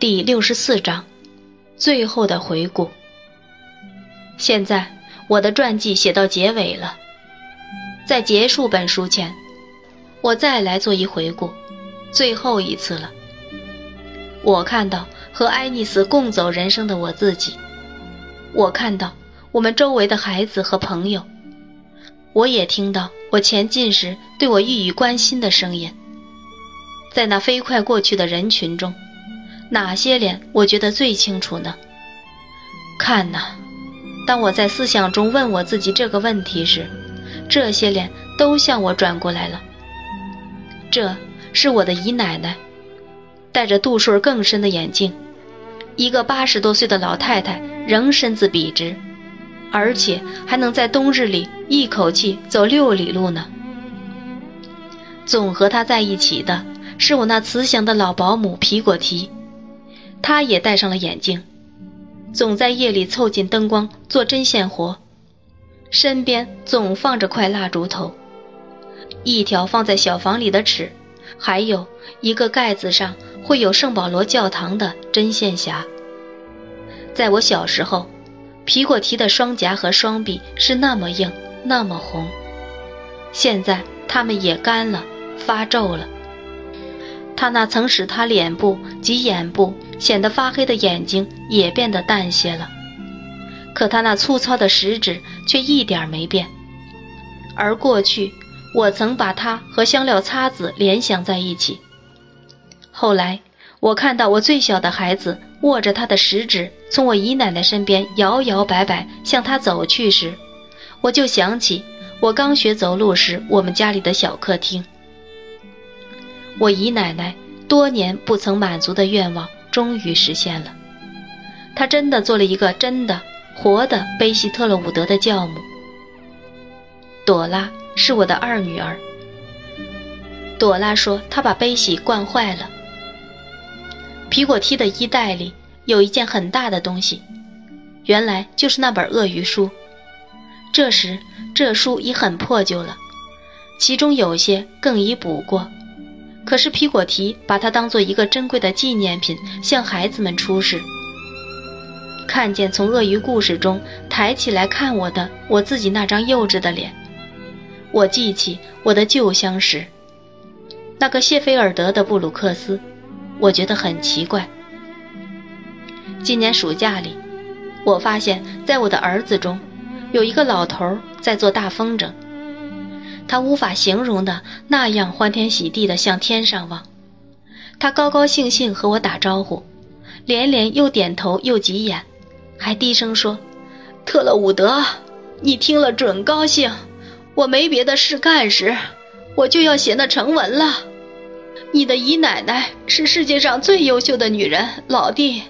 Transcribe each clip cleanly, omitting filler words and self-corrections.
第64章，最后的回顾。现在我的传记写到结尾了，在结束本书前，我再来做一回顾，最后一次了。我看到和爱丽丝共走人生的我自己，我看到我们周围的孩子和朋友，我也听到我前进时对我予以关心的声音。在那飞快过去的人群中，哪些脸我觉得最清楚呢？看哪，当我在思想中问我自己这个问题时，这些脸都向我转过来了。这是我的姨奶奶，戴着度数更深的眼镜，一个80多岁的老太太，仍身子笔直，而且还能在冬日里一口气走6里路呢。总和她在一起的是我那慈祥的老保姆皮果提，她也戴上了眼镜，总在夜里凑近灯光做针线活，身边总放着块蜡烛头，一条放在小房里的尺，还有一个盖子上会有圣保罗教堂的针线匣。在我小时候，皮果提的双颊和双臂是那么硬，那么红，现在它们也干了，发皱了。他那曾使他脸部及眼部显得发黑的眼睛也变得淡些了，可他那粗糙的食指却一点没变。而过去我曾把它和香料擦子联想在一起，后来我看到我最小的孩子握着他的食指从我姨奶奶身边摇摇摆摆向他走去时，我就想起我刚学走路时我们家里的小客厅。我姨奶奶多年不曾满足的愿望终于实现了，她真的做了一个真的活的贝希特勒伍德的教母。朵拉是我的2女儿。朵拉说她把贝希惯坏了。皮果提的衣袋里有一件很大的东西，原来就是那本鳄鱼书。这时这书已很破旧了，其中有些更已补过，可是皮果提把它当作一个珍贵的纪念品向孩子们出示。看见从鳄鱼故事中抬起来看我的我自己那张幼稚的脸，我记起我的旧相识，那个谢菲尔德的布鲁克斯，我觉得很奇怪。今年暑假里，我发现在我的儿子中有一个老头在做大风筝，他无法形容的那样欢天喜地地向天上望。他高高兴兴和我打招呼，连连又点头又挤眼，还低声说：特勒伍德，你听了准高兴，我没别的事干时，我就要写那成文了。你的姨奶奶是世界上最优秀的女人，老弟。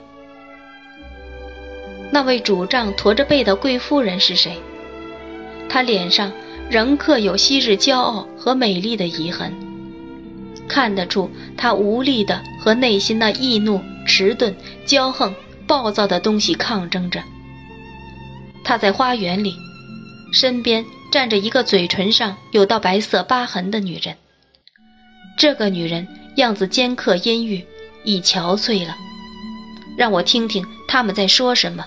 那位主杖驼着背的贵夫人是谁？她脸上仍刻有昔日骄傲和美丽的遗痕，看得出她无力地和内心那易怒、迟钝、骄横、暴躁的东西抗争着。她在花园里，身边站着一个嘴唇上有道白色疤痕的女人。这个女人样子尖刻阴郁，已憔悴了。让我听听他们在说什么。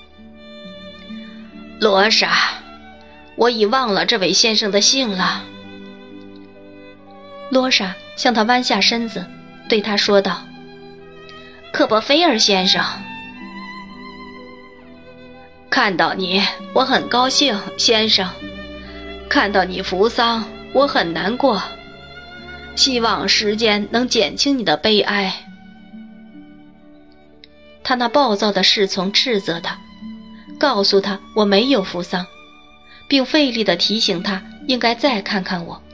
罗莎，我已忘了这位先生的姓了。罗莎向他弯下身子，对他说道：科波菲尔先生。看到你，我很高兴，先生。看到你扶丧，我很难过。希望时间能减轻你的悲哀。他那暴躁的侍从斥责他，告诉他我没有扶丧，并费力地提醒他应该再看看我。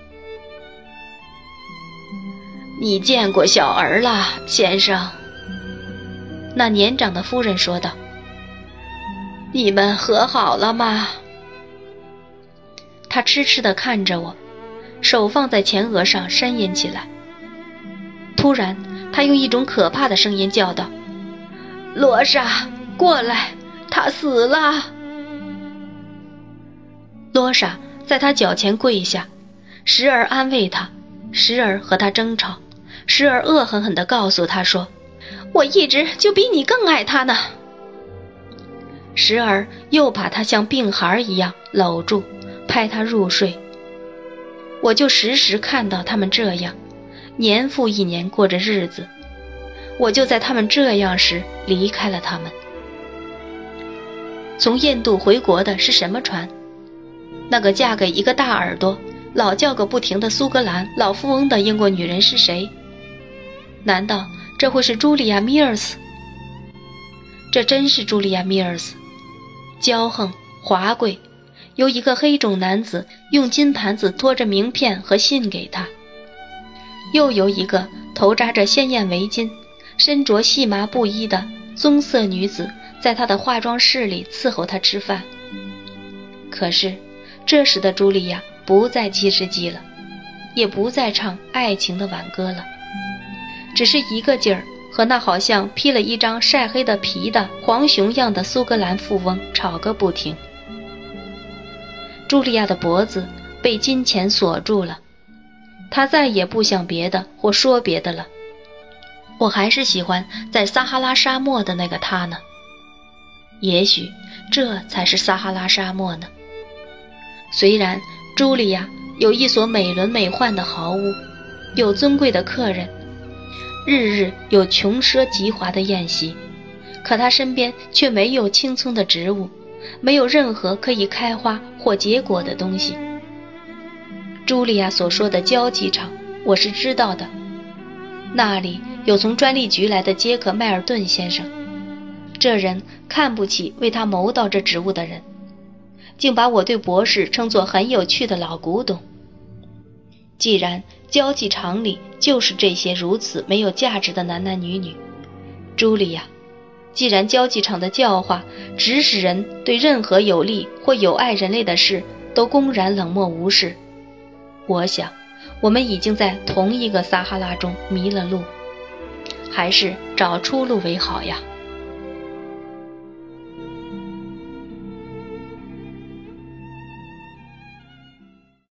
你见过小儿了，先生？那年长的夫人说道。你们和好了吗？他痴痴地看着我，手放在前额上呻吟起来。突然他用一种可怕的声音叫道：罗莎，过来，他死了。罗莎在他脚前跪下，时而安慰他，时而和他争吵，时而恶狠狠地告诉他说： 我一直就比你更爱他呢。时而又把他像病孩一样搂住，拍他入睡。我就时时看到他们这样，年复一年过着日子。我就在他们这样时离开了他们。从印度回国的是什么船？那个嫁给一个大耳朵、老叫个不停的苏格兰老富翁的英国女人是谁？难道这会是茱莉亚·米尔斯？这真是茱莉亚·米尔斯，骄横华贵，由一个黑种男子用金盘子托着名片和信给她，又由一个头扎着鲜艳围巾、身着细麻布衣的棕色女子在她的化妆室里伺候她吃饭。可是这时的茱莉亚不再7世纪了，也不再唱爱情的挽歌了，只是一个劲儿和那好像披了一张晒黑的皮的黄熊样的苏格兰富翁吵个不停。茱莉亚的脖子被金钱锁住了，她再也不想别的或说别的了。我还是喜欢在撒哈拉沙漠的那个她呢。也许这才是撒哈拉沙漠呢。虽然茱莉亚有一所美轮美奂的豪屋，有尊贵的客人，日日有穷奢极华的宴席，可她身边却没有青葱的植物，没有任何可以开花或结果的东西。茱莉亚所说的交际场我是知道的，那里有从专利局来的杰克·迈尔顿先生，这人看不起为他谋到这职务的人，竟把我对博士称作很有趣的老古董。既然交际场里就是这些如此没有价值的男男女女，茱莉亚，既然交际场的教化指使人对任何有利或有碍人类的事都公然冷漠无视，我想我们已经在同一个撒哈拉中迷了路，还是找出路为好呀。